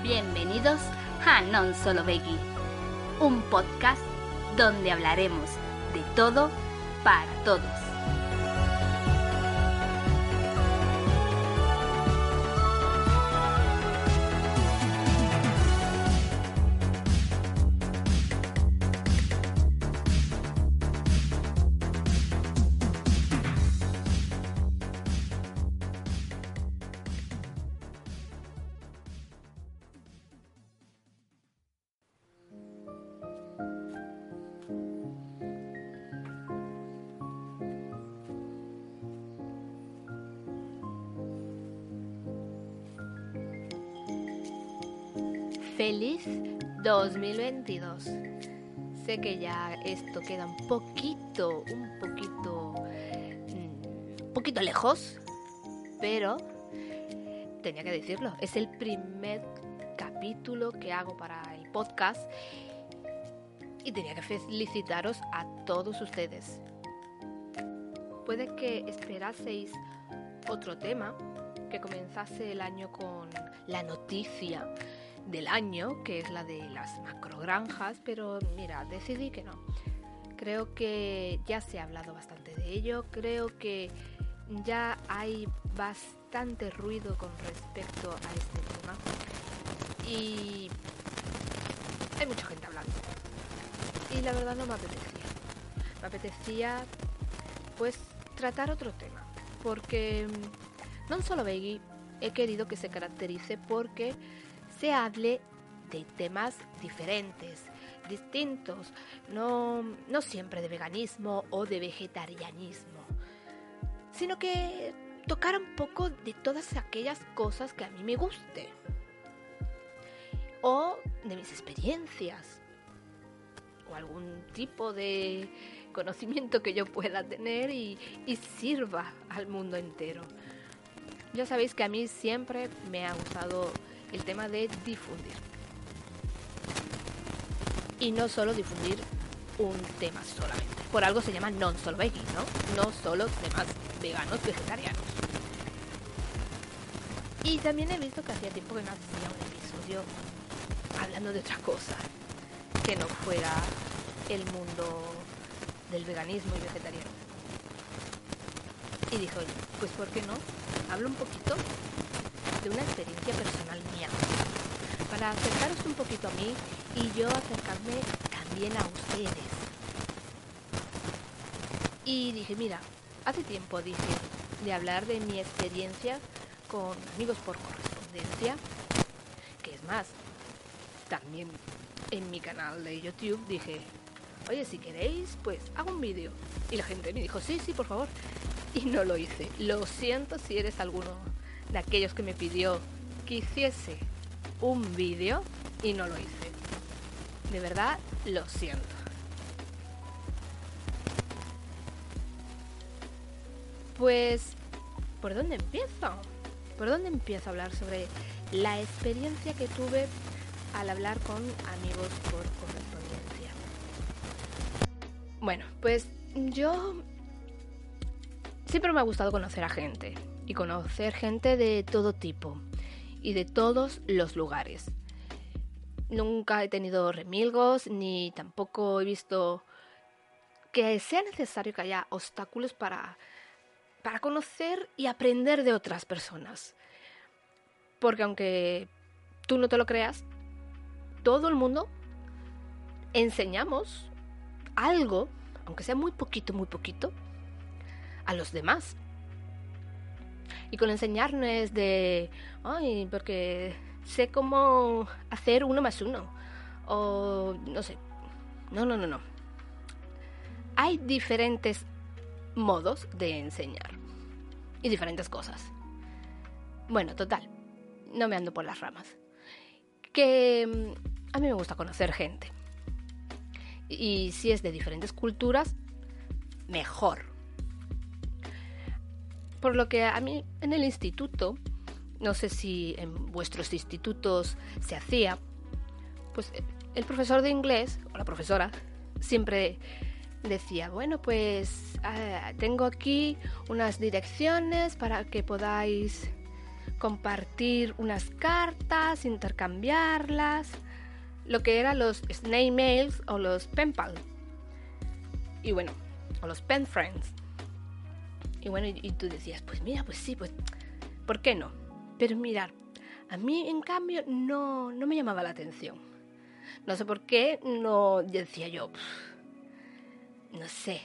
Bienvenidos a Non Solo Veggie, un podcast donde hablaremos de todo para todos. Feliz 2022. Sé que ya esto queda un poquito lejos, pero tenía que decirlo. Es el primer capítulo que hago para el podcast y tenía que felicitaros a todos ustedes. Puede que esperaseis otro tema, que comenzase el año con la noticia del año, que es la de las macrogranjas, pero mira, decidí que no. Creo que ya se ha hablado bastante de ello, creo que ya hay bastante ruido con respecto a este tema y hay mucha gente hablando y la verdad no me apetecía pues tratar otro tema, porque Non Solo Veggie he querido que se caracterice porque se hable de temas diferentes, distintos, no siempre de veganismo o de vegetarianismo, sino que tocara un poco de todas aquellas cosas que a mí me guste, o de mis experiencias, o algún tipo de conocimiento que yo pueda tener y sirva al mundo entero. Ya sabéis que a mí siempre me ha gustado el tema de difundir. Y no solo difundir un tema solamente. Por algo se llama Non Solo Veggie, ¿no? No solo temas veganos, vegetarianos. Y también he visto que hacía tiempo que no hacía un episodio hablando de otra cosa que no fuera el mundo del veganismo y vegetariano. Y dije, oye, pues ¿por qué no? Hablo un poquito de una experiencia personal mía, para acercaros un poquito a mí y yo acercarme también a ustedes. Y dije, mira, hace tiempo dije de hablar de mi experiencia con amigos por correspondencia, que es más, también en mi canal de YouTube dije, oye, si queréis, pues hago un vídeo. Y la gente me dijo, sí, por favor. Y no lo hice. Lo siento si eres alguno de aquellos que me pidió que hiciese un vídeo y no lo hice. De verdad, lo siento. Pues, ¿por dónde empiezo? ¿Por dónde empiezo a hablar sobre la experiencia que tuve al hablar con amigos por correspondencia? Bueno, pues yo siempre me ha gustado conocer a gente. Y conocer gente de todo tipo y de todos los lugares. Nunca he tenido remilgos, ni tampoco he visto que sea necesario que haya obstáculos para conocer y aprender de otras personas. Porque aunque tú no te lo creas, todo el mundo enseñamos algo, aunque sea muy poquito, a los demás. Y con enseñar no es de, ay, porque sé cómo hacer 1 más 1. O no sé. No. Hay diferentes modos de enseñar. Y diferentes cosas. Bueno, total. No me ando por las ramas. Que a mí me gusta conocer gente. Y si es de diferentes culturas, mejor. Por lo que a mí en el instituto, no sé si en vuestros institutos se hacía, pues el profesor de inglés, o la profesora, siempre decía, bueno, pues tengo aquí unas direcciones para que podáis compartir unas cartas, intercambiarlas, lo que eran los snail mails o los pen pal. Y bueno, o los pen friends. Y bueno, y tú decías, pues mira, pues sí, pues, ¿por qué no? Pero mirar, a mí en cambio no me llamaba la atención. No sé por qué, no decía yo, no sé,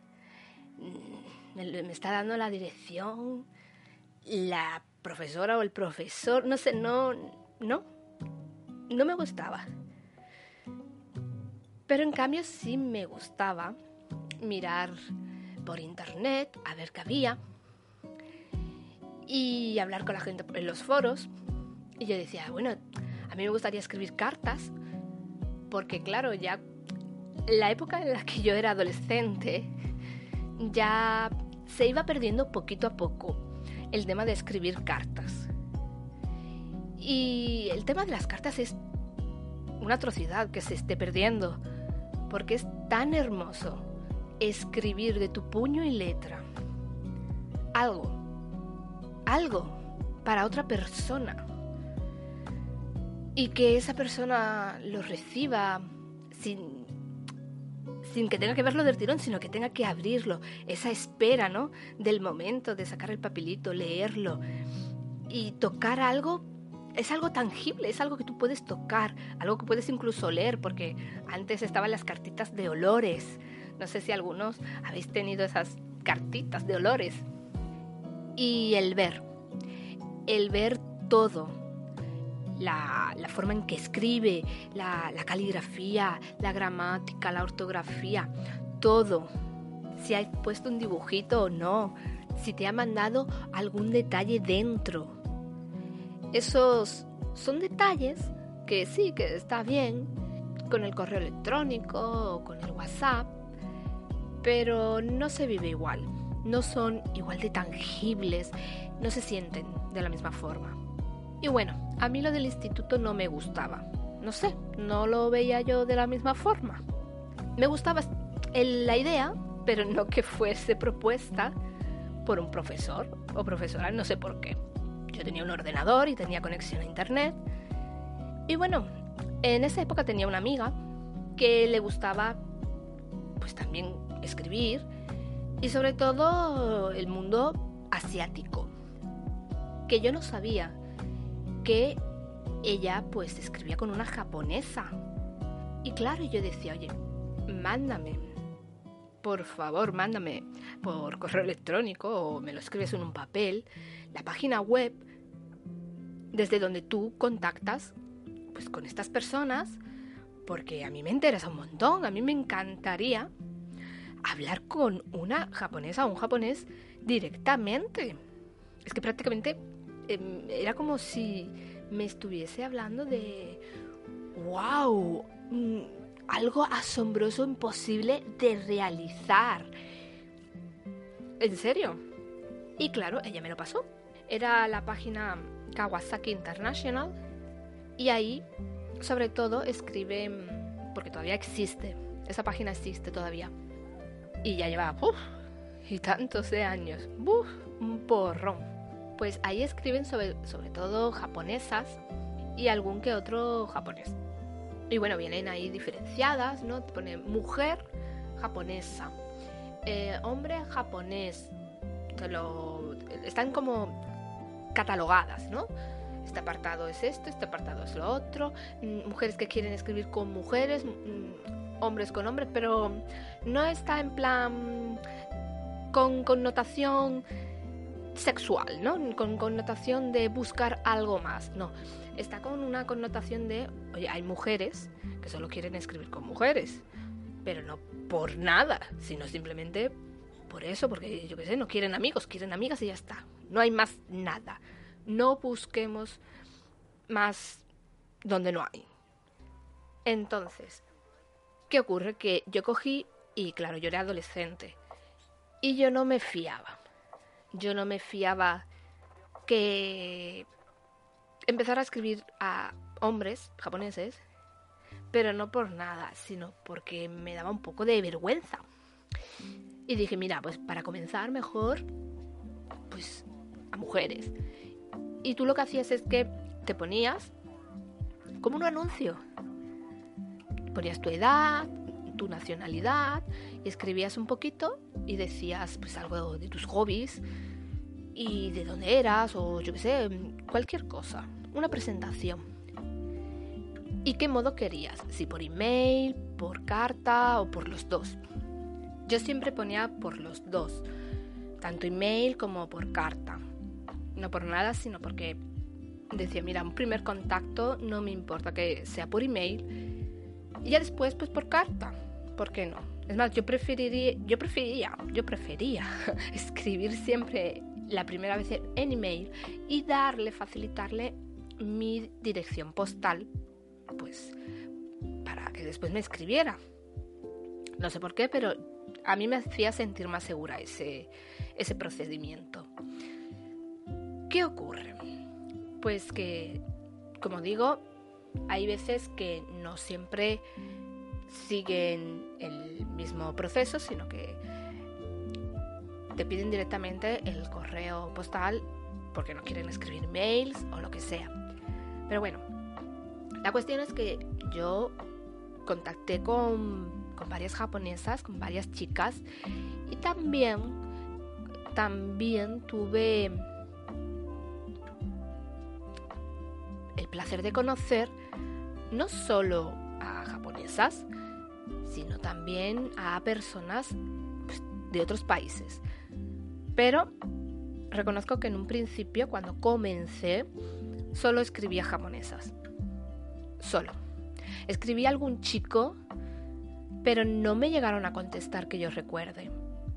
me está dando la dirección, la profesora o el profesor, no sé, no me gustaba. Pero en cambio sí me gustaba mirar por internet, a ver qué había, y hablar con la gente en los foros. Y yo decía, bueno, a mí me gustaría escribir cartas, porque claro, ya la época en la que yo era adolescente, ya se iba perdiendo poquito a poco el tema de escribir cartas. Y el tema de las cartas es una atrocidad que se esté perdiendo, porque es tan hermoso escribir de tu puño y letra algo para otra persona, y que esa persona lo reciba sin que tenga que verlo del tirón, sino que tenga que abrirlo, esa espera, ¿no?, del momento de sacar el papelito, leerlo y tocar algo. Es algo tangible, es algo que tú puedes tocar, algo que puedes incluso leer, porque antes estaban las cartitas de olores. No sé si algunos habéis tenido esas cartitas de olores. Y el ver todo, la forma en que escribe, la caligrafía, la gramática, la ortografía, todo. Si has puesto un dibujito o no, si te ha mandado algún detalle dentro. Esos son detalles que sí, que está bien con el correo electrónico o con el WhatsApp, pero no se vive igual, no son igual de tangibles, no se sienten de la misma forma. Y bueno, a mí lo del instituto no me gustaba, no sé, no lo veía yo de la misma forma. Me gustaba la idea, pero no que fuese propuesta por un profesor o profesora, no sé por qué. Yo tenía un ordenador y tenía conexión a internet. Y bueno, en esa época tenía una amiga que le gustaba pues también escribir, y sobre todo el mundo asiático, que yo no sabía que ella pues escribía con una japonesa. Y claro, yo decía, oye, mándame, por favor, mándame por correo electrónico o me lo escribes en un papel, la página web desde donde tú contactas pues con estas personas, porque a mí me interesa un montón, a mí me encantaría hablar con una japonesa o un japonés directamente. Es que prácticamente era como si me estuviese hablando de ¡wow! Algo asombroso, imposible de realizar. ¿En serio? Y claro, ella me lo pasó. Era la página Kawasaki International, y ahí, sobre todo, escribe, porque todavía existe, esa página existe todavía, y ya lleva, y tantos de años, un porrón. Pues ahí escriben sobre todo japonesas y algún que otro japonés. Y bueno, vienen ahí diferenciadas, ¿no? Te pone mujer japonesa, hombre japonés. Están como catalogadas, ¿no? Este apartado es esto, este apartado es lo otro. Mujeres que quieren escribir con mujeres, hombres con hombres, pero no está en plan con connotación sexual, ¿no? Con connotación de buscar algo más, no. Está con una connotación de, oye, hay mujeres que solo quieren escribir con mujeres, pero no por nada, sino simplemente por eso, porque yo qué sé, no quieren amigos, quieren amigas y ya está. No hay más nada. No busquemos más donde no hay. Entonces, ¿qué ocurre? Que yo cogí, y claro, yo era adolescente, y yo no me fiaba. Yo no me fiaba que empezara a escribir a hombres japoneses, pero no por nada, sino porque me daba un poco de vergüenza. Y dije, mira, pues para comenzar mejor, pues a mujeres. Y tú lo que hacías es que te ponías como un anuncio. Ponías tu edad, tu nacionalidad, y escribías un poquito y decías pues algo de tus hobbies y de dónde eras, o yo qué sé, cualquier cosa. Una presentación. ¿Y qué modo querías? Si por email, por carta o por los dos. Yo siempre ponía por los dos, tanto email como por carta. No por nada, sino porque decía, mira, un primer contacto no me importa que sea por email y ya después pues por carta. ¿Por qué no? Es más, yo prefería escribir siempre la primera vez en email y facilitarle mi dirección postal, pues para que después me escribiera. No sé por qué, pero a mí me hacía sentir más segura ese procedimiento. ¿Qué ocurre? Pues que, como digo, hay veces que no siempre siguen el mismo proceso, sino que te piden directamente el correo postal porque no quieren escribir mails o lo que sea. Pero bueno, la cuestión es que yo contacté con varias japonesas, con varias chicas, y también tuve el placer de conocer no solo a japonesas, sino también a personas pues, de otros países. Pero reconozco que en un principio, cuando comencé, solo escribía japonesas. Solo. Escribí a algún chico, pero no me llegaron a contestar que yo recuerde.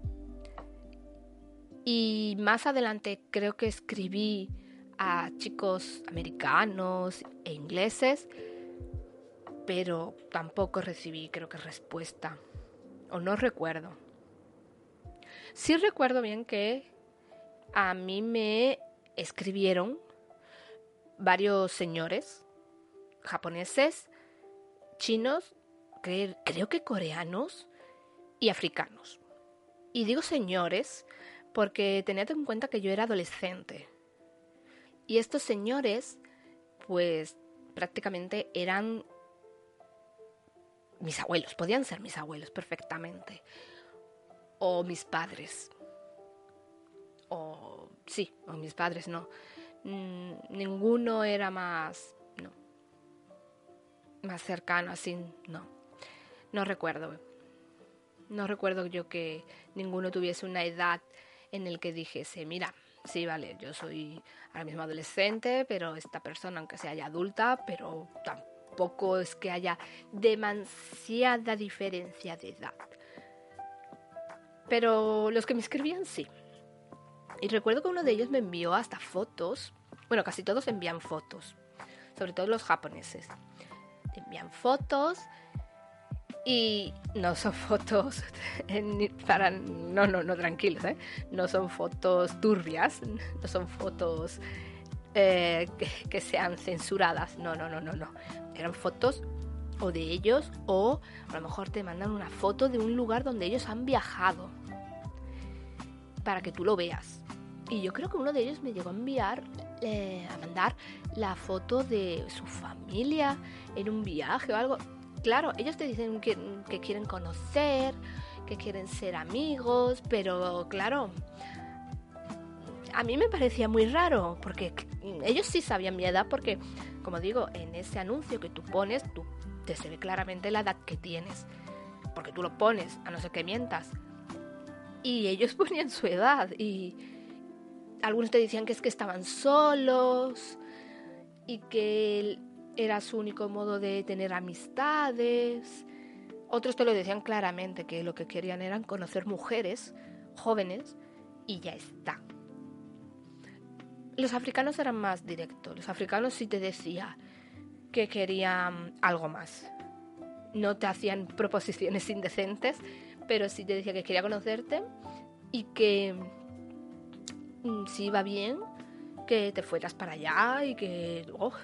Y más adelante creo que escribí a chicos americanos e ingleses, pero tampoco recibí, creo que, respuesta. O no recuerdo. Sí recuerdo bien que a mí me escribieron varios señores japoneses, chinos, creo que coreanos y africanos. Y digo señores porque tened en cuenta que yo era adolescente. Y estos señores, pues prácticamente eran mis abuelos, podían ser mis abuelos perfectamente. O mis padres. O mis padres no. Ninguno era más cercano así, no recuerdo. No recuerdo yo que ninguno tuviese una edad en el que dijese, mira, sí, vale, yo soy ahora mismo adolescente, pero esta persona, aunque sea ya adulta, pero tampoco es que haya demasiada diferencia de edad. Pero los que me escribían sí. Y recuerdo que uno de ellos me envió hasta fotos. Bueno, casi todos envían fotos, sobre todo los japoneses. Envían fotos y no son fotos no, tranquilos, no son fotos turbias, no son fotos que sean censuradas, no, eran fotos o de ellos, o a lo mejor te mandan una foto de un lugar donde ellos han viajado para que tú lo veas. Y yo creo que uno de ellos me llegó a mandar la foto de su familia en un viaje o algo. Claro, ellos te dicen que quieren conocer, que quieren ser amigos, pero claro, a mí me parecía muy raro, porque ellos sí sabían mi edad, porque, como digo, en ese anuncio que tú pones, te se ve claramente la edad que tienes, porque tú lo pones, a no ser que mientas. Y ellos ponían su edad, y algunos te decían que es que estaban solos, y que era su único modo de tener amistades. Otros te lo decían claramente, que lo que querían eran conocer mujeres jóvenes y ya está. Los africanos eran más directos. Los africanos sí te decían que querían algo más. No te hacían proposiciones indecentes, pero sí te decía que quería conocerte y que si iba bien, que te fueras para allá y que,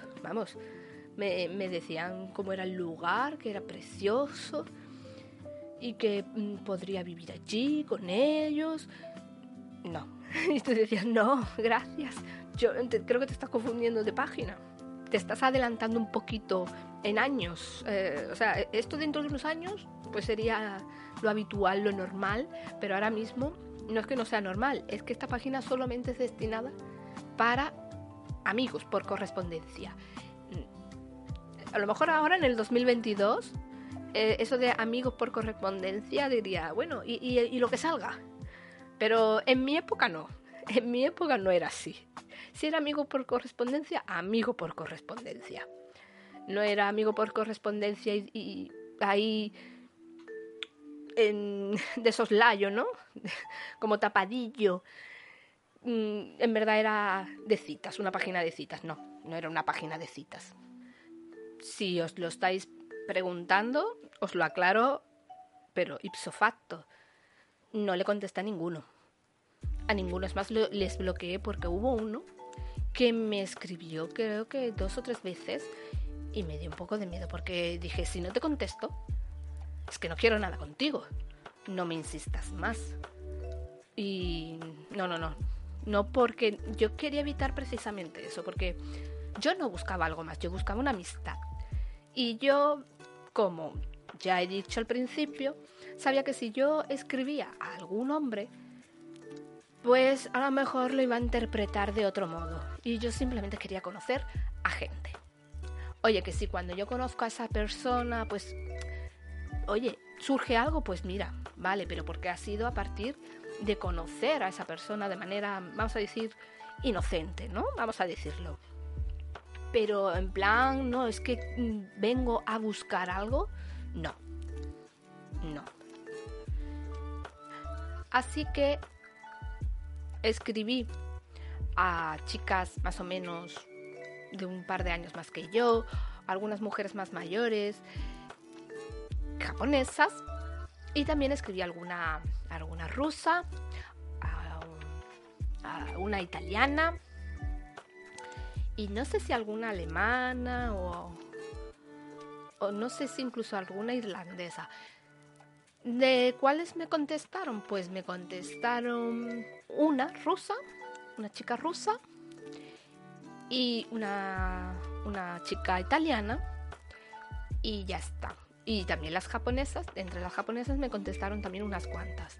me decían cómo era el lugar, que era precioso y que podría vivir allí con ellos. No, y tú decías, no, gracias, Creo que te estás confundiendo de página. Te estás adelantando un poquito en años. O sea, esto dentro de unos años pues sería lo habitual, lo normal, pero ahora mismo no es que no sea normal, es que esta página solamente es destinada para amigos por correspondencia. A lo mejor ahora en el 2022 eso de amigos por correspondencia diría, bueno, y lo que salga. Pero en mi época no. En mi época no era así. Si era amigo por correspondencia, amigo por correspondencia. No era amigo por correspondencia y ahí de soslayo, ¿no? Como tapadillo. En verdad era de citas, una página de citas. No era una página de citas. Si os lo estáis preguntando, os lo aclaro, pero ipso facto. No le contesté a ninguno. A ninguno. Es más, les bloqueé porque hubo uno que me escribió creo que 2 o 3 veces y me dio un poco de miedo porque dije, si no te contesto, es que no quiero nada contigo. No me insistas más. Y no, porque yo quería evitar precisamente eso, porque yo no buscaba algo más, yo buscaba una amistad. Y yo, como ya he dicho al principio, sabía que si yo escribía a algún hombre, pues a lo mejor lo iba a interpretar de otro modo. Y yo simplemente quería conocer a gente. Oye, que si cuando yo conozco a esa persona, pues, oye, surge algo, pues mira, vale, pero porque ha sido a partir de conocer a esa persona de manera, vamos a decir, inocente, ¿no? Vamos a decirlo. Pero en plan, no, es que vengo a buscar algo, no. Así que escribí a chicas más o menos de un par de años más que yo, algunas mujeres más mayores, japonesas, y también escribí a alguna rusa, a una italiana, y no sé si alguna alemana o no sé si incluso alguna irlandesa. ¿De cuáles me contestaron? Pues me contestaron una rusa, una chica rusa y una chica italiana, y ya está. Y también las japonesas, entre las japonesas me contestaron también unas cuantas,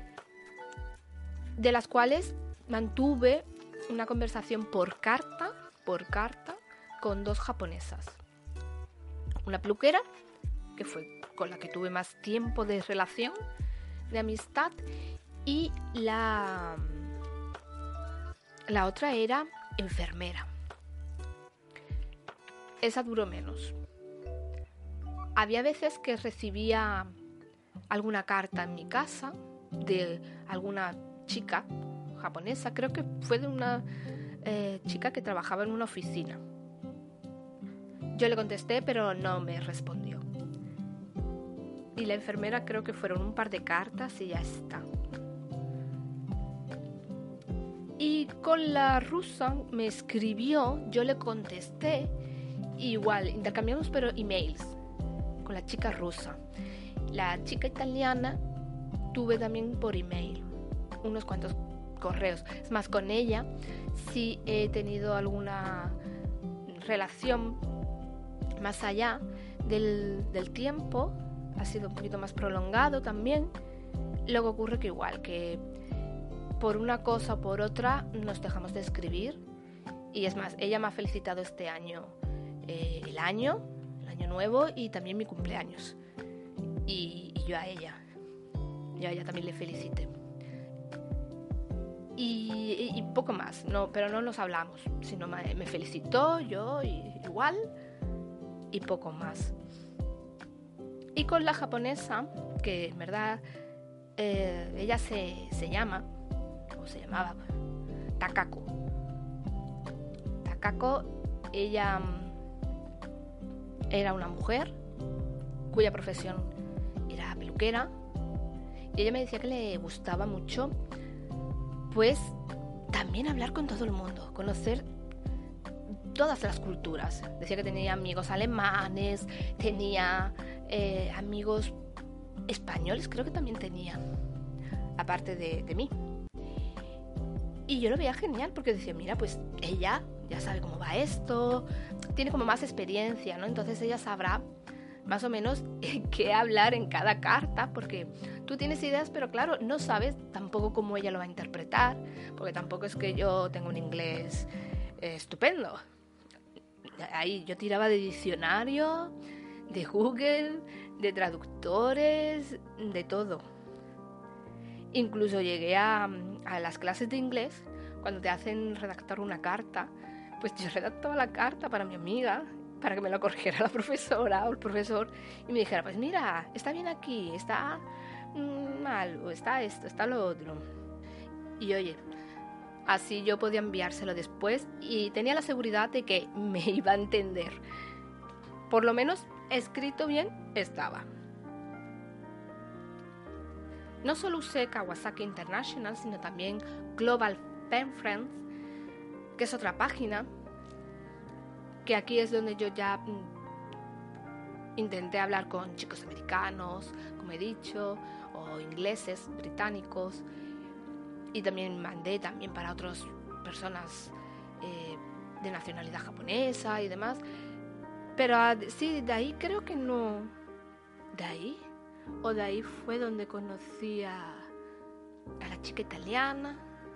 de las cuales mantuve una conversación por carta con 2 japonesas. Una peluquera, que fue con la que tuve más tiempo de relación, de amistad, y la otra era enfermera. Esa duró menos. Había veces que recibía alguna carta en mi casa de alguna chica japonesa, creo que fue de una chica que trabajaba en una oficina. Yo le contesté, pero no me respondió. Y la enfermera creo que fueron un par de cartas y ya está. Y con la rusa me escribió, yo le contesté, igual, intercambiamos pero emails con la chica rusa. La chica italiana tuve también por email unos cuantos correos. Es más, con ella sí he tenido alguna relación más allá del tiempo. Ha sido un poquito más prolongado también. Luego ocurre que igual, que por una cosa o por otra nos dejamos de escribir. Y es más, ella me ha felicitado este año, el año nuevo, y también mi cumpleaños. Y yo a ella también le felicité. Y poco más, no, pero no nos hablamos, sino me felicitó, yo igual, y poco más. Y con la japonesa, que en verdad ella se llamaba Takako. Ella era una mujer cuya profesión era peluquera, y ella me decía que le gustaba mucho, pues, también hablar con todo el mundo, conocer todas las culturas. Decía que tenía amigos alemanes, tenía amigos españoles, creo que también tenía, aparte de mí. Y yo lo veía genial porque decía, mira, pues ella ya sabe cómo va esto, tiene como más experiencia, ¿no? Entonces ella sabrá más o menos qué hablar en cada carta, porque tú tienes ideas, pero claro, no sabes tampoco cómo ella lo va a interpretar, porque tampoco es que yo tenga un inglés estupendo. Ahí yo tiraba de diccionario, de Google, de traductores, de todo. Incluso llegué a las clases de inglés, cuando te hacen redactar una carta, pues yo redactaba la carta para mi amiga, para que me la corrigiera la profesora o el profesor y me dijera, pues mira, está bien aquí, está mal, o está esto, está lo otro. Y oye, así yo podía enviárselo después y tenía la seguridad de que me iba a entender. Por lo menos escrito bien estaba. No solo usé Kawasaki International, sino también Global Pen Friends, que es otra página, que aquí es donde yo ya intenté hablar con chicos americanos, como he dicho, o ingleses, británicos, y también mandé también para otras personas de nacionalidad japonesa y demás. Pero sí, de ahí creo que no. ¿De ahí? ¿O de ahí fue donde conocí a la chica italiana?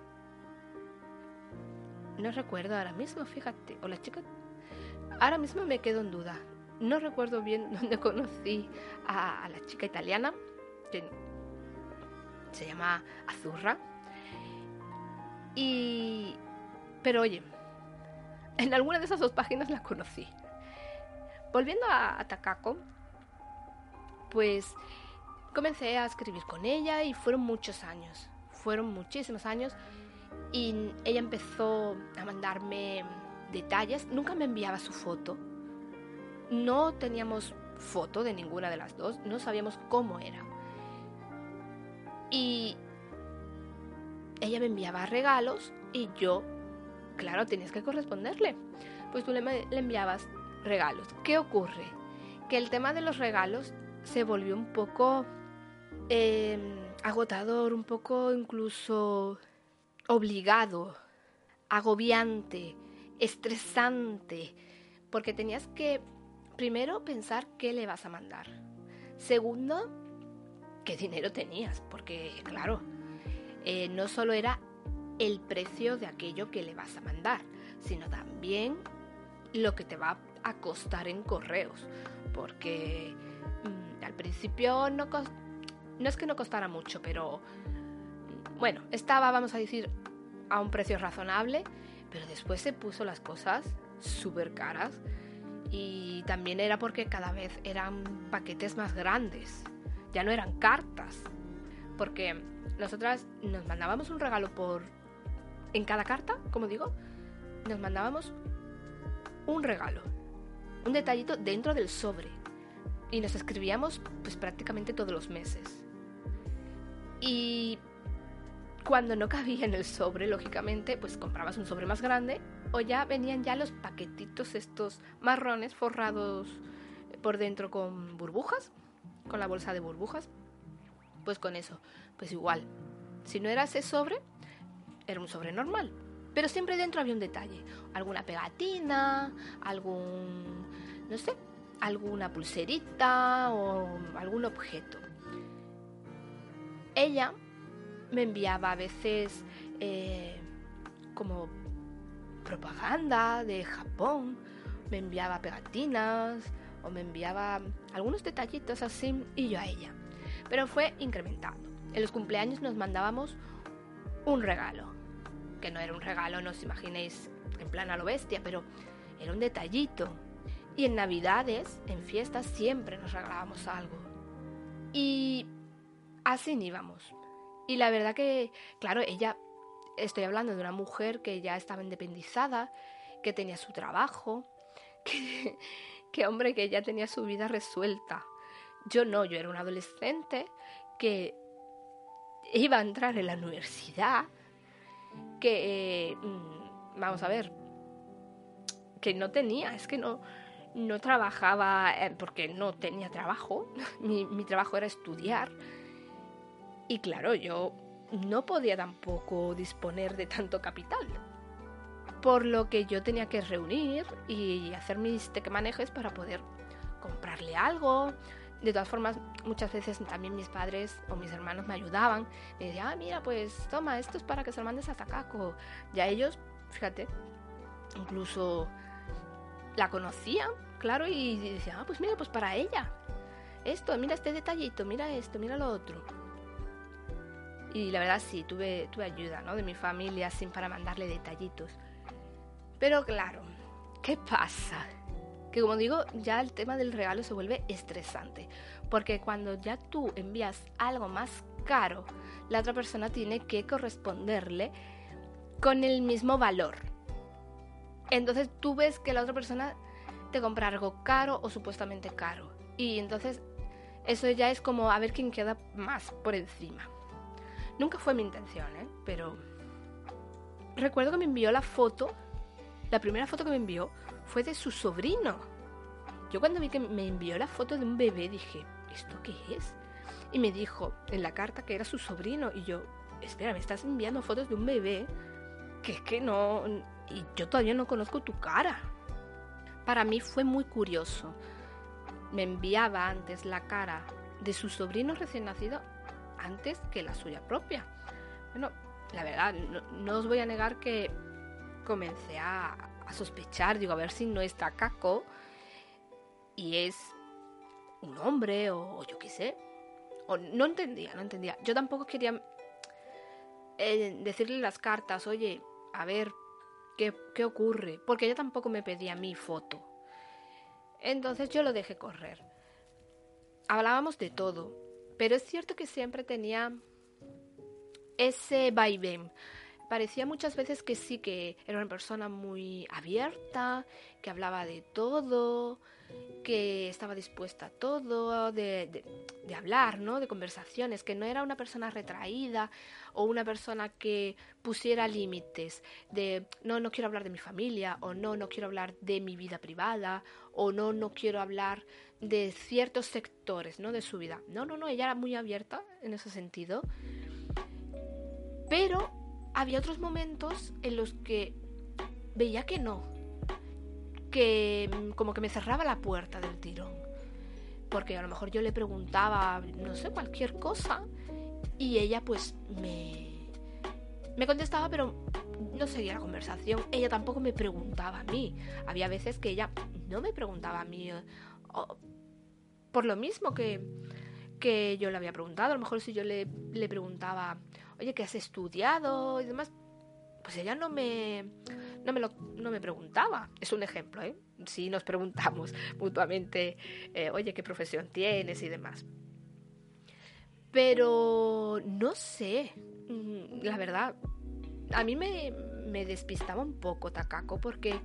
No recuerdo ahora mismo, fíjate. O la chica... Ahora mismo me quedo en duda. No recuerdo bien dónde conocí a la chica italiana, que se llama Azurra. Pero oye, en alguna de esas dos páginas la conocí. Volviendo a Takako, pues comencé a escribir con ella y fueron muchos años. Fueron muchísimos años y ella empezó a mandarme detalles. Nunca me enviaba su foto. No teníamos foto de ninguna de las dos. No sabíamos cómo era. Y ella me enviaba regalos y yo, claro, tenías que corresponderle. Pues tú le enviabas regalos. ¿Qué ocurre? Que el tema de los regalos se volvió un poco agotador, un poco incluso obligado, agobiante, estresante, porque tenías que primero pensar qué le vas a mandar. Segundo, qué dinero tenías, porque claro, no solo era el precio de aquello que le vas a mandar, sino también lo que te va a costar en correos, porque al principio no es que no costara mucho, pero bueno, estaba, vamos a decir, a un precio razonable, pero después se puso las cosas súper caras y también era porque cada vez eran paquetes más grandes, ya no eran cartas, porque nosotras nos mandábamos un regalo en cada carta, como digo, nos mandábamos un regalo, un detallito dentro del sobre y nos escribíamos pues prácticamente todos los meses. Y cuando no cabía en el sobre, lógicamente, pues comprabas un sobre más grande o ya venían ya los paquetitos estos marrones forrados por dentro con burbujas, con la bolsa de burbujas. Pues con eso, pues igual, si no era ese sobre, era un sobre normal, pero siempre dentro había un detalle, alguna pegatina, no sé, alguna pulserita o algún objeto. Ella me enviaba a veces como propaganda de Japón, me enviaba pegatinas o me enviaba algunos detallitos así y yo a ella. Pero fue incrementando. En los cumpleaños nos mandábamos un regalo, que no era un regalo, no os imaginéis en plan a lo bestia, pero era un detallito. Y en Navidades, en fiestas, siempre nos regalábamos algo. Y así íbamos. Y la verdad que, claro, estoy hablando de una mujer que ya estaba independizada, que tenía su trabajo, que hombre, que ya tenía su vida resuelta. Yo no, yo era una adolescente que iba a entrar en la universidad, que, vamos a ver, que no tenía, es que no trabajaba porque no tenía trabajo, mi trabajo era estudiar. Y claro, yo no podía tampoco disponer de tanto capital. Por lo que yo tenía que reunir y hacer mis tequemanejes para poder comprarle algo. De todas formas, muchas veces también mis padres o mis hermanos me ayudaban. Me decían, mira, pues toma, esto es para que se lo mandes a Takako. Ya ellos, fíjate, incluso la conocían, claro, y decían, pues mira, pues para ella. Esto, mira este detallito, mira esto, mira lo otro. Y la verdad sí, tuve ayuda, ¿no?, de mi familia, sin para mandarle detallitos. Pero claro, ¿qué pasa? Que como digo, ya el tema del regalo se vuelve estresante. Porque cuando ya tú envías algo más caro, la otra persona tiene que corresponderle con el mismo valor. Entonces tú ves que la otra persona te compra algo caro o supuestamente caro. Y entonces eso ya es como a ver quién queda más por encima. Nunca fue mi intención, pero recuerdo que me envió la foto. La primera foto que me envió fue de su sobrino. Yo cuando vi que me envió la foto de un bebé dije, ¿esto qué es? Y me dijo en la carta que era su sobrino. Y yo, espera, me estás enviando fotos de un bebé que es que no... Y yo todavía no conozco tu cara. Para mí fue muy curioso. Me enviaba antes la cara de su sobrino recién nacido antes que la suya propia. Bueno, la verdad, no os voy a negar que comencé a sospechar, digo, a ver si no es Takako y es un hombre o yo qué sé. O no entendía. Yo tampoco quería decirle las cartas, oye, a ver, ¿qué ocurre? Porque ella tampoco me pedía mi foto. Entonces yo lo dejé correr. Hablábamos de todo, pero es cierto que siempre tenía ese vaivén. Parecía muchas veces que sí, que era una persona muy abierta, que hablaba de todo, que estaba dispuesta a todo, de hablar, ¿no?, de conversaciones, que no era una persona retraída o una persona que pusiera límites de no quiero hablar de mi familia, o no quiero hablar de mi vida privada, o no quiero hablar de ciertos sectores, ¿no?, de su vida. No, ella era muy abierta en ese sentido. Pero había otros momentos en los que veía que no, que como que me cerraba la puerta del tirón, porque a lo mejor yo le preguntaba, no sé, cualquier cosa, y ella pues me contestaba, pero no seguía la conversación. Ella tampoco me preguntaba a mí. Había veces que ella no me preguntaba a mí, por lo mismo que yo le había preguntado. A lo mejor si yo le preguntaba, oye, ¿qué has estudiado? Y demás, pues ella no me preguntaba. Es un ejemplo, si nos preguntamos mutuamente, oye, ¿qué profesión tienes? Y demás. Pero no sé, la verdad, a mí me despistaba un poco Takako, porque,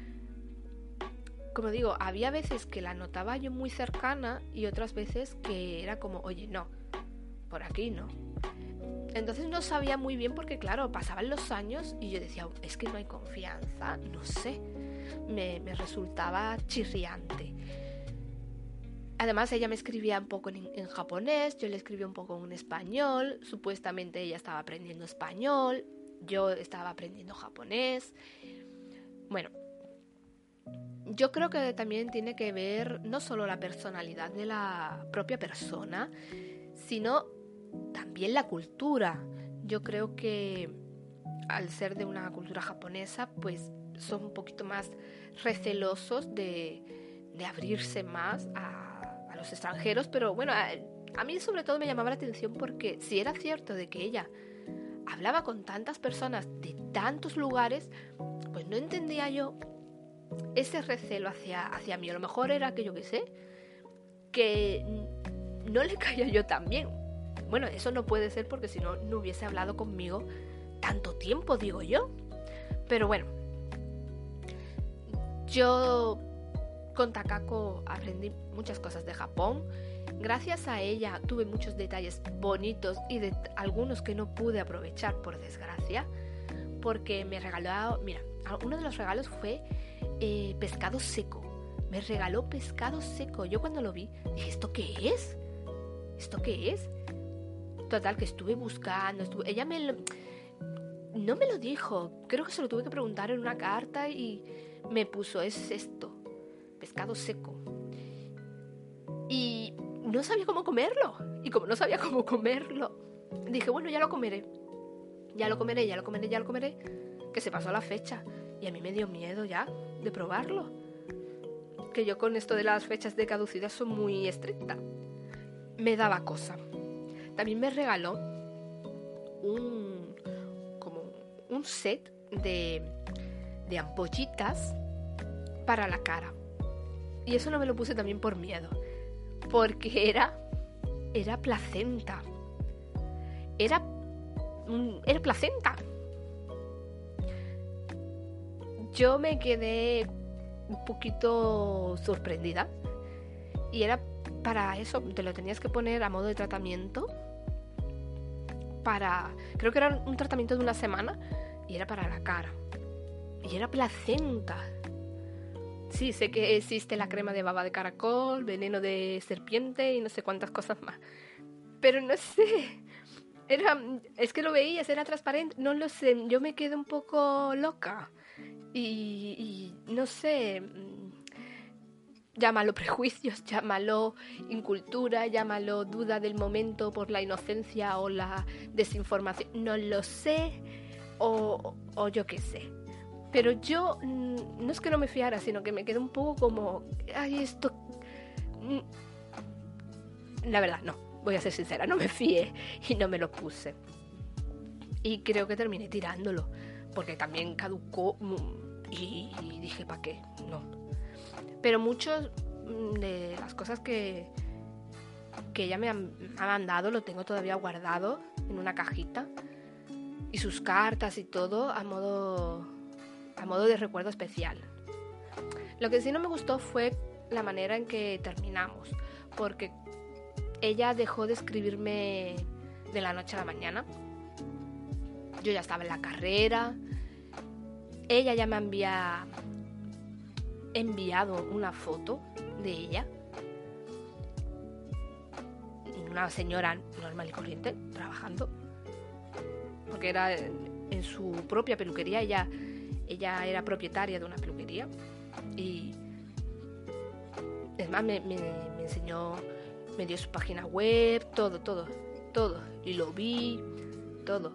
como digo, había veces que la notaba yo muy cercana y otras veces que era como, oye, no, por aquí no. Entonces no sabía muy bien, porque claro, pasaban los años y yo decía, es que no hay confianza, no sé, me resultaba chirriante. Además ella me escribía un poco en japonés, yo le escribía un poco en español, supuestamente ella estaba aprendiendo español, yo estaba aprendiendo japonés. Bueno, yo creo que también tiene que ver no solo la personalidad de la propia persona, sino también la cultura. Yo creo que al ser de una cultura japonesa, pues son un poquito más recelosos de abrirse más a los extranjeros. Pero bueno, a mí sobre todo me llamaba la atención porque si era cierto de que ella hablaba con tantas personas de tantos lugares, pues no entendía yo ese recelo hacia mí. A lo mejor era que yo qué sé, que no le caía yo tan bien. Bueno, eso no puede ser, porque si no, no hubiese hablado conmigo tanto tiempo, digo yo. Pero bueno, yo con Takako aprendí muchas cosas de Japón. Gracias a ella tuve muchos detalles bonitos y de algunos que no pude aprovechar, por desgracia, porque me regaló, mira, uno de los regalos fue pescado seco. Me regaló pescado seco. Yo cuando lo vi dije, ¿esto qué es? Total, que estuve buscando, ella no me lo dijo, creo que se lo tuve que preguntar en una carta y me puso, es esto, pescado seco. Y no sabía cómo comerlo. Y como no sabía cómo comerlo, dije, bueno, ya lo comeré, que se pasó la fecha. Y a mí me dio miedo ya de probarlo. Que yo con esto de las fechas de caducidad soy muy estricta. Me daba cosa. También me regaló un set de ampollitas para la cara. Y eso no me lo puse también por miedo. Porque era placenta. Era placenta. Yo me quedé un poquito sorprendida. Y era para eso, te lo tenías que poner a modo de tratamiento. Creo que era un tratamiento de una semana. Y era para la cara. Y era placenta. Sí, sé que existe la crema de baba de caracol, veneno de serpiente y no sé cuántas cosas más. Pero no sé. Es que lo veías, era transparente. No lo sé, yo me quedé un poco loca. Y no sé. Llámalo prejuicios, llámalo incultura, llámalo duda del momento por la inocencia o la desinformación. No lo sé. O yo qué sé. Pero yo no es que no me fiara, sino que me quedé un poco como, ay, esto... La verdad, no, voy a ser sincera, no me fié y no me lo puse. Y creo que terminé tirándolo, porque también caducó y dije, ¿para qué? No. Pero muchas de las cosas que ella me ha mandado lo tengo todavía guardado en una cajita. Y sus cartas y todo a modo de recuerdo especial. Lo que sí no me gustó fue la manera en que terminamos, porque ella dejó de escribirme de la noche a la mañana. Yo ya estaba en la carrera. Ella ya me había enviado una foto de ella, una señora normal y corriente trabajando, porque era en su propia peluquería. Ella era propietaria de una peluquería y es más, me enseñó, me dio su página web, todo, y lo vi, todo.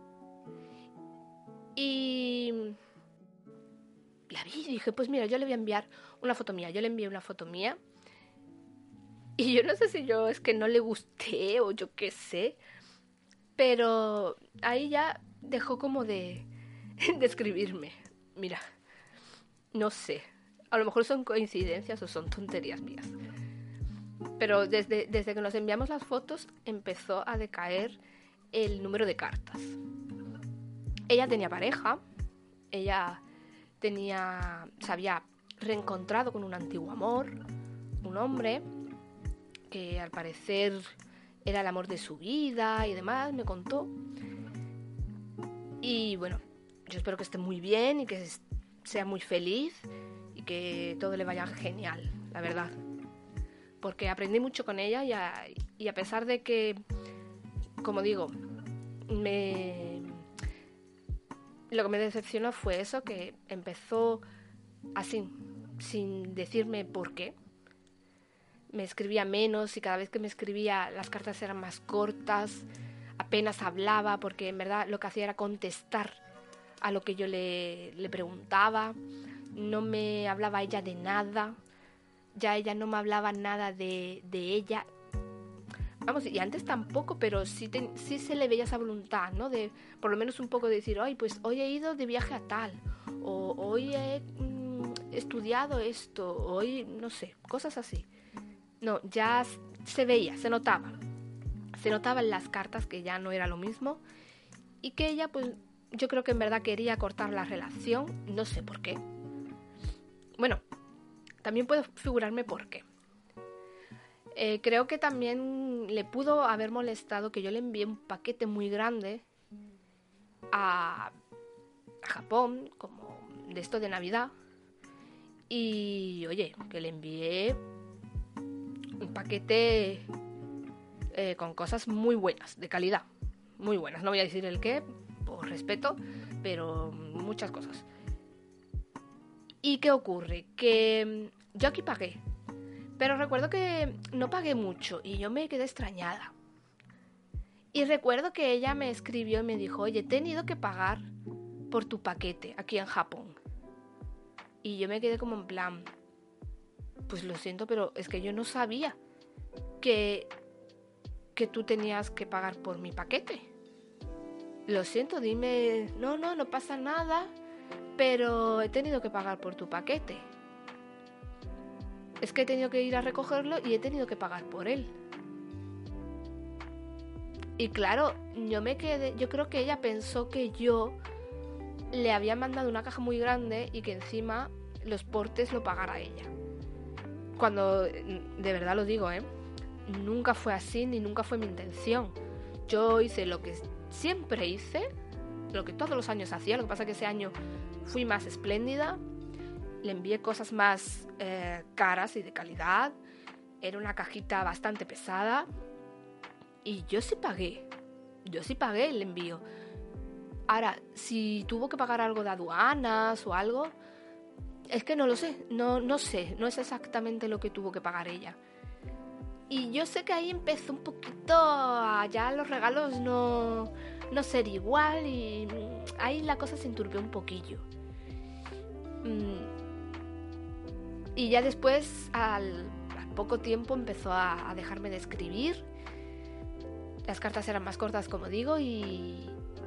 Y la vi y dije, pues mira, yo le voy a enviar una foto mía. Yo le envié una foto mía y yo no sé si yo es que no le gusté o yo qué sé, pero ahí ya dejó como de escribirme. Mira, no sé, a lo mejor son coincidencias o son tonterías mías, pero desde que nos enviamos las fotos empezó a decaer el número de cartas. Ella tenía pareja, ella se había reencontrado con un antiguo amor, un hombre que al parecer era el amor de su vida y demás, me contó. Y bueno, yo espero que esté muy bien y que sea muy feliz y que todo le vaya genial, la verdad. Porque aprendí mucho con ella y a pesar de que, como digo, lo que me decepcionó fue eso, que empezó así, sin decirme por qué. Me escribía menos y cada vez que me escribía las cartas eran más cortas, apenas hablaba porque en verdad lo que hacía era contestar a lo que yo le preguntaba. No me hablaba ella de nada, ya ella no me hablaba nada de ella. Vamos, y antes tampoco, pero sí se le veía esa voluntad, ¿no? De por lo menos un poco de decir, ay, pues hoy he ido de viaje a tal, o hoy he estudiado esto, hoy, no sé, cosas así. No, ya se veía, se notaba en las cartas que ya no era lo mismo y que ella, pues, yo creo que en verdad quería cortar la relación, no sé por qué. Bueno, también puedo figurarme por qué. Creo que también le pudo haber molestado que yo le envié un paquete muy grande a Japón, como de esto de Navidad. Y oye, que le envié un paquete con cosas muy buenas, de calidad, muy buenas. No voy a decir el qué, por respeto, pero muchas cosas. ¿Y qué ocurre? Que yo aquí pagué, pero recuerdo que no pagué mucho y yo me quedé extrañada. Y recuerdo que ella me escribió y me dijo, oye, he tenido que pagar por tu paquete aquí en Japón. Y yo me quedé como en plan, pues lo siento, pero es que yo no sabía que tú tenías que pagar por mi paquete. Lo siento, dime, no pasa nada, pero he tenido que pagar por tu paquete. Es que he tenido que ir a recogerlo y he tenido que pagar por él. Y claro, yo creo que ella pensó que yo le había mandado una caja muy grande y que encima los portes lo pagara ella. Cuando, de verdad lo digo, nunca fue así ni nunca fue mi intención. Yo hice lo que siempre hice, lo que todos los años hacía, lo que pasa es que ese año fui más espléndida, le envié cosas más caras y de calidad, era una cajita bastante pesada y yo sí pagué el envío. Ahora, si tuvo que pagar algo de aduanas o algo, es que no lo sé, no sé, no es exactamente lo que tuvo que pagar ella. Y yo sé que ahí empezó un poquito a ya los regalos no ser igual y ahí la cosa se enturbió un poquillo. Y ya después, al poco tiempo, empezó a dejarme de escribir. Las cartas eran más cortas, como digo, y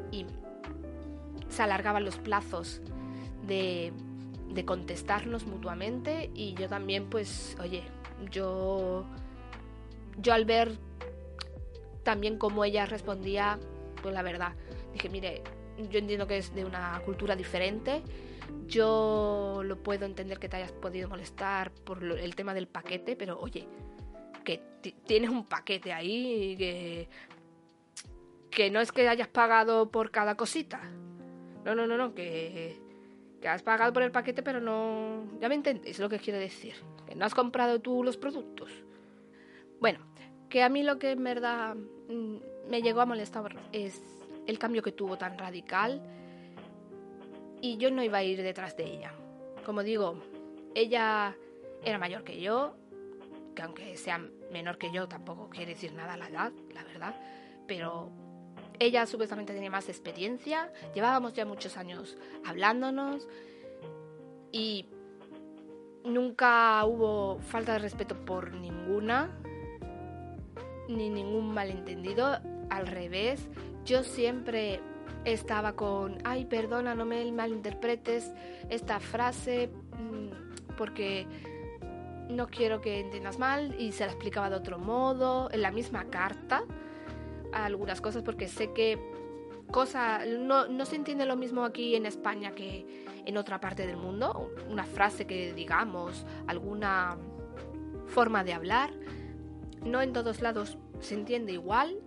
se alargaban los plazos de contestarnos mutuamente. Y yo también, pues, oye, yo al ver también cómo ella respondía, pues la verdad, dije, mire, yo entiendo que es de una cultura diferente, yo lo puedo entender que te hayas podido molestar por el tema del paquete, pero oye, que tienes un paquete ahí, que no es que hayas pagado por cada cosita, no, que has pagado por el paquete, pero no, ya me entendéis lo que quiero decir, que no has comprado tú los productos. Bueno, que a mí lo que en verdad me llegó a molestar es el cambio que tuvo tan radical y yo no iba a ir detrás de ella. Como digo, ella era mayor que yo, que aunque sea menor que yo tampoco quiere decir nada la edad, la verdad, pero ella supuestamente tenía más experiencia, llevábamos ya muchos años hablándonos y nunca hubo falta de respeto por ninguna, ni ningún malentendido, al revés, yo siempre estaba con, ay, perdona, no me malinterpretes esta frase porque no quiero que entiendas mal, y se la explicaba de otro modo, en la misma carta, algunas cosas, porque sé que no se entiende lo mismo aquí en España que en otra parte del mundo, una frase que digamos, alguna forma de hablar, no en todos lados se entiende igual,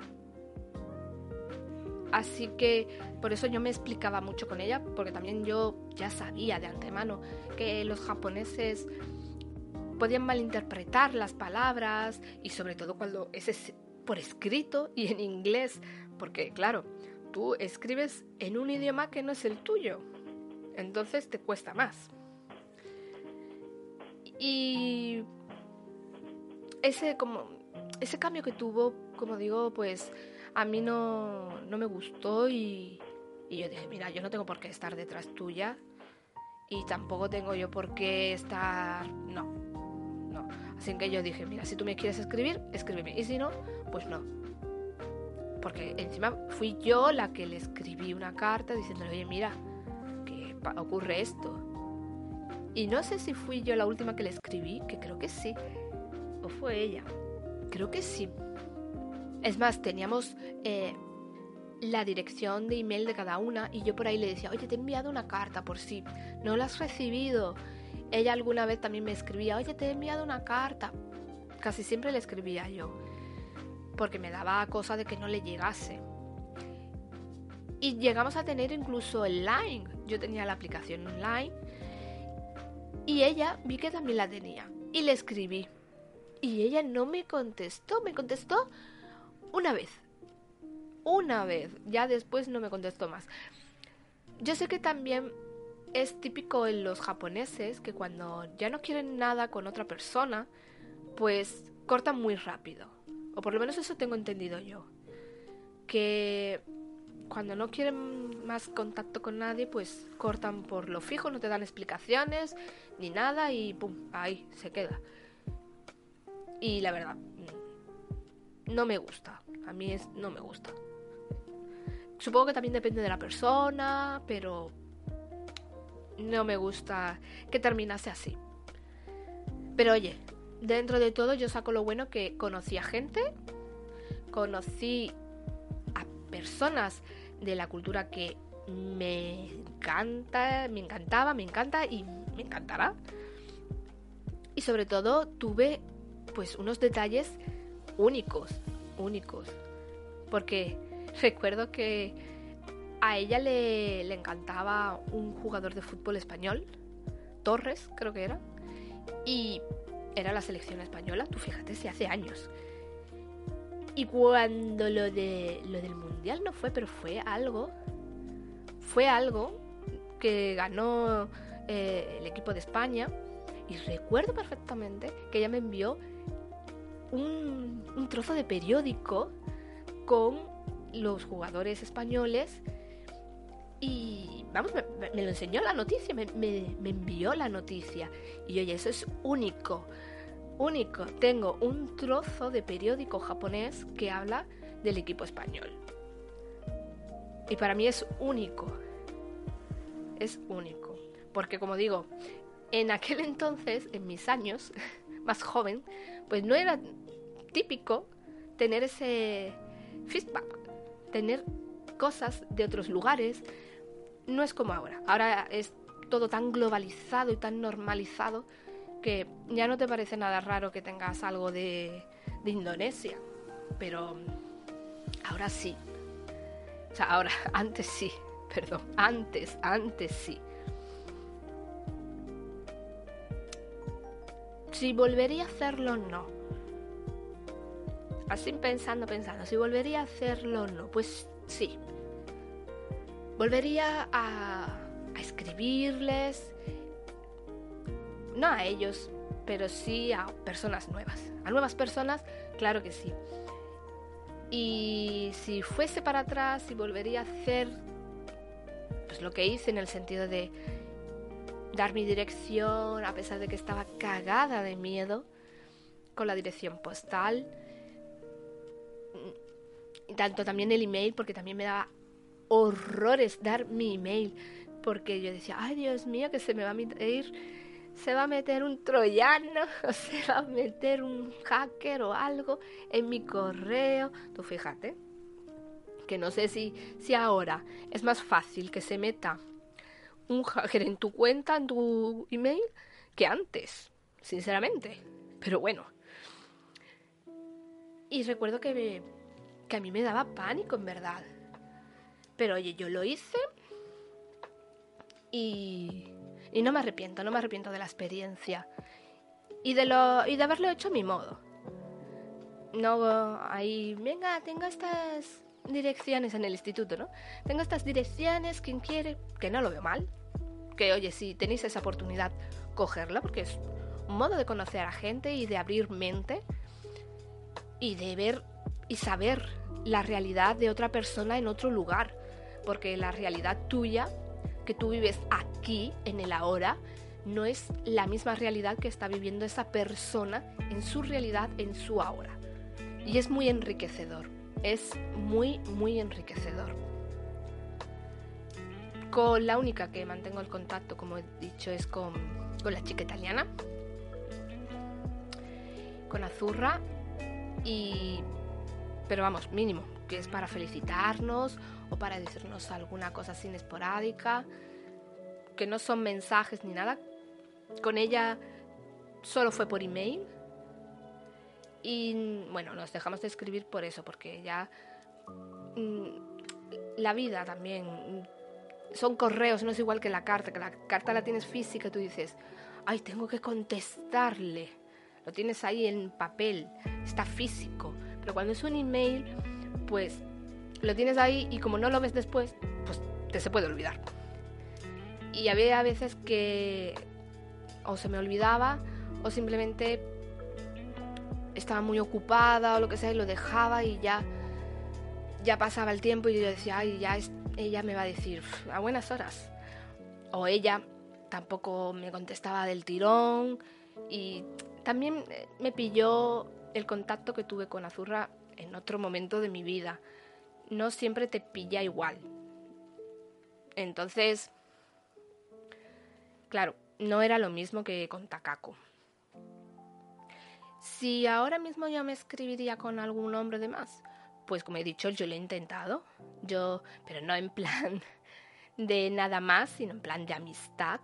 así que por eso yo me explicaba mucho con ella, porque también yo ya sabía de antemano que los japoneses podían malinterpretar las palabras, y sobre todo cuando es por escrito y en inglés, porque claro, tú escribes en un idioma que no es el tuyo, entonces te cuesta más. Y ese cambio que tuvo, como digo, pues a mí no me gustó y yo dije, mira, yo no tengo por qué estar detrás tuya y tampoco tengo yo por qué estar... No. Así que yo dije, mira, si tú me quieres escribir, escríbeme, y si no, pues no. Porque encima fui yo la que le escribí una carta diciéndole, oye, mira, que ocurre esto. Y no sé si fui yo la última que le escribí, que creo que sí, o fue ella, creo que sí. Es más, teníamos la dirección de email de cada una y yo por ahí le decía, oye, te he enviado una carta por si no la has recibido. Ella alguna vez también me escribía, oye, te he enviado una carta. Casi siempre le escribía yo, porque me daba cosa de que no le llegase. Y llegamos a tener incluso el Line. Yo tenía la aplicación online y ella vi que también la tenía. Y le escribí. Y ella no me contestó. Me contestó Una vez, ya después no me contestó más. Yo sé que también es típico en los japoneses que cuando ya no quieren nada con otra persona, pues cortan muy rápido. O por lo menos eso tengo entendido yo. Que cuando no quieren más contacto con nadie, pues cortan por lo fijo, no te dan explicaciones ni nada y pum, ahí se queda. Y la verdad, no me gusta. A mí no me gusta. Supongo que también depende de la persona, pero no me gusta que terminase así. Pero oye, dentro de todo yo saco lo bueno que conocí a gente, conocí a personas de la cultura que me encanta y me encantará. Y sobre todo tuve pues unos detalles únicos. Porque recuerdo que a ella le encantaba un jugador de fútbol español, Torres creo que era, y era la selección española, tú fíjate, si hace años. Y cuando lo del mundial no fue, pero fue algo que ganó el equipo de España. Y recuerdo perfectamente que ella me envió un trozo de periódico con los jugadores españoles y vamos, me lo enseñó la noticia, me envió la noticia. Y oye, eso es único. Tengo un trozo de periódico japonés que habla del equipo español. Y para mí es único. Porque como digo, en aquel entonces, en mis años, más joven, pues no era típico tener ese feedback, tener cosas de otros lugares. No es como ahora. Ahora es todo tan globalizado y tan normalizado que ya no te parece nada raro que tengas algo de Indonesia. Pero ahora sí. O sea, antes sí. Perdón, antes sí. Si volvería a hacerlo, no. Así pensando, si volvería a hacerlo, no. Pues sí. Volvería a escribirles, no a ellos, pero sí a personas nuevas. A nuevas personas, claro que sí. Y si fuese para atrás y volvería a hacer pues lo que hice, en el sentido de dar mi dirección, a pesar de que estaba cagada de miedo con la dirección postal, y tanto también el email, porque también me daba horrores dar mi email, porque yo decía, ay Dios mío, que se va a meter un troyano, o se va a meter un hacker o algo en mi correo. Tú fíjate que no sé si ahora es más fácil que se meta un hacker en tu cuenta, en tu email, que antes, sinceramente. Pero bueno. Y recuerdo que a mí me daba pánico, en verdad. Pero oye, yo lo hice y no me arrepiento de la experiencia y de haberlo hecho a mi modo. No ahí, venga, tengo estas direcciones en el instituto, ¿no? Tengo estas direcciones, quien quiere, que no lo veo mal. Que oye, si tenéis esa oportunidad, cogerla, porque es un modo de conocer a gente y de abrir mente y de ver y saber la realidad de otra persona en otro lugar. Porque la realidad tuya, que tú vives aquí, en el ahora, no es la misma realidad que está viviendo esa persona en su realidad, en su ahora. Y es muy enriquecedor. Es muy, muy enriquecedor. Con la única que mantengo el contacto, como he dicho, es con la chica italiana, con Azurra, pero vamos, mínimo, que es para felicitarnos o para decirnos alguna cosa así esporádica, que no son mensajes ni nada. Con ella solo fue por email y bueno, nos dejamos de escribir por eso, porque ya la vida también son correos, no es igual que la carta, que la carta la tienes física y tú dices, ay, tengo que contestarle, lo tienes ahí en papel, está físico. Pero cuando es un email, pues lo tienes ahí y como no lo ves después, pues te se puede olvidar. Y había veces que o se me olvidaba o simplemente estaba muy ocupada o lo que sea y lo dejaba y ya pasaba el tiempo y yo decía, ay, ella me va a decir a buenas horas. O ella tampoco me contestaba del tirón. Y también me pilló el contacto que tuve con Azurra en otro momento de mi vida. No siempre te pilla igual. Entonces, claro, no era lo mismo que con Takako. Si ahora mismo yo me escribiría con algún hombre de más, pues como he dicho, yo lo he intentado. Pero no en plan de nada más, sino en plan de amistad.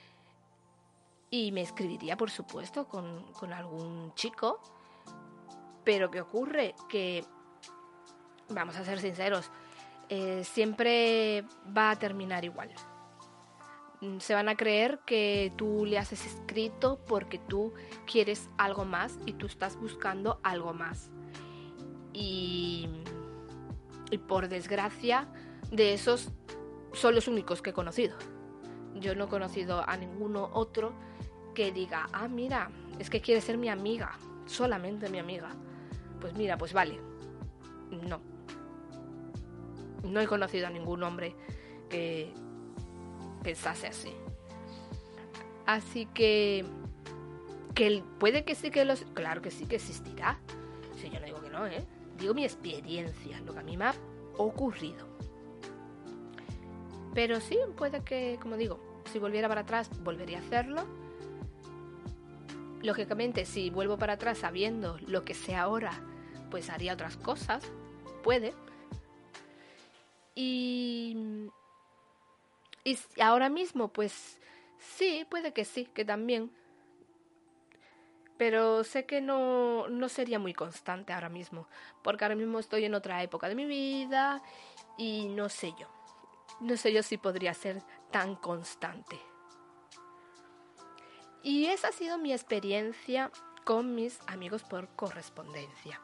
Y me escribiría, por supuesto, con algún chico. Pero ¿qué ocurre? Que, vamos a ser sinceros, siempre va a terminar igual. Se van a creer que tú le has escrito porque tú quieres algo más y tú estás buscando algo más. Y por desgracia, de esos son los únicos que he conocido. Yo no he conocido a ninguno otro que diga, ah, mira, es que quiere ser mi amiga, solamente mi amiga. Pues mira, pues vale. No he conocido a ningún hombre que pensase así. Así que puede que sí que claro que sí que existirá. Si yo no digo que no, digo mi experiencia, lo que a mí me ha ocurrido. Pero sí, puede que, como digo, si volviera para atrás, volvería a hacerlo. Lógicamente, si vuelvo para atrás sabiendo lo que sé ahora, pues haría otras cosas. Puede. Y ahora mismo, pues sí, puede que sí, que también. Pero sé que no sería muy constante ahora mismo, porque ahora mismo estoy en otra época de mi vida y no sé yo si podría ser tan constante. Y esa ha sido mi experiencia con mis amigos por correspondencia.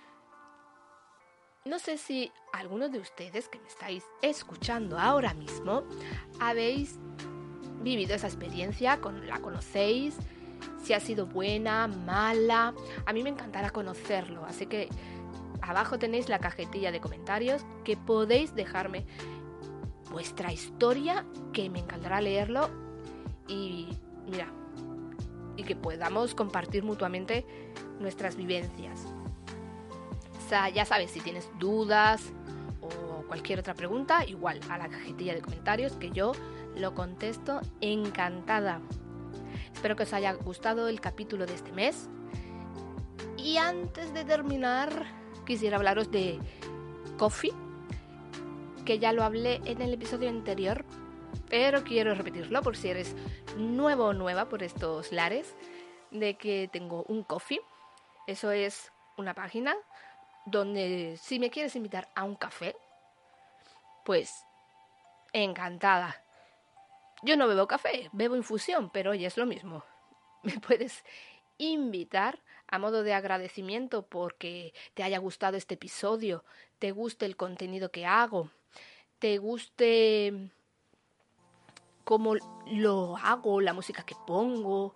No sé si algunos de ustedes que me estáis escuchando ahora mismo habéis vivido esa experiencia, la conocéis, si ha sido buena, mala. A mí me encantará conocerlo, así que abajo tenéis la cajetilla de comentarios que podéis dejarme vuestra historia, que me encantará leerlo y mira, y que podamos compartir mutuamente nuestras vivencias. O sea, ya sabes, si tienes dudas o cualquier otra pregunta, igual a la cajetilla de comentarios que yo lo contesto encantada. Espero que os haya gustado el capítulo de este mes. Y antes de terminar, quisiera hablaros de Ko-fi, que ya lo hablé en el episodio anterior, pero quiero repetirlo por si eres nuevo o nueva por estos lares, de que tengo un Ko-fi. Eso es una página donde si me quieres invitar a un café, pues encantada. Yo no bebo café, bebo infusión, pero oye, es lo mismo. Me puedes invitar a modo de agradecimiento porque te haya gustado este episodio, te guste el contenido que hago, te guste cómo lo hago, la música que pongo.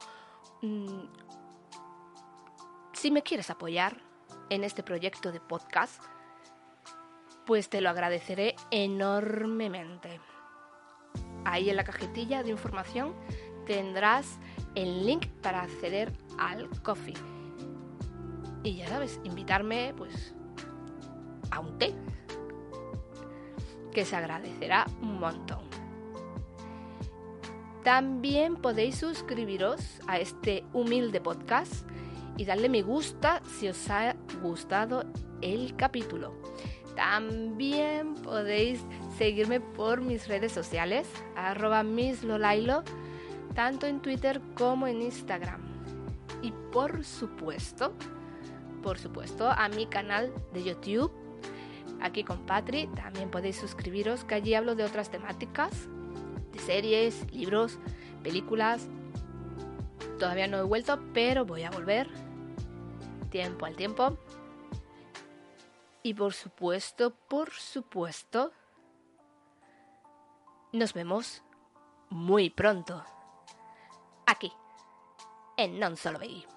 Si me quieres apoyar en este proyecto de podcast, pues te lo agradeceré enormemente. Ahí en la cajetilla de información tendrás el link para acceder al Ko-fi. Y ya sabes, invitarme pues a un té, que se agradecerá un montón. También podéis suscribiros a este humilde podcast y darle me gusta si os ha gustado el capítulo. También podéis seguirme por mis redes sociales, @misslolailo, tanto en Twitter como en Instagram. Y por supuesto, a mi canal de YouTube, aquí con Patri, también podéis suscribiros, que allí hablo de otras temáticas, de series, libros, películas. Todavía no he vuelto, pero voy a volver, tiempo al tiempo. Y por supuesto, nos vemos muy pronto. Aquí, en Non Solo Veggie.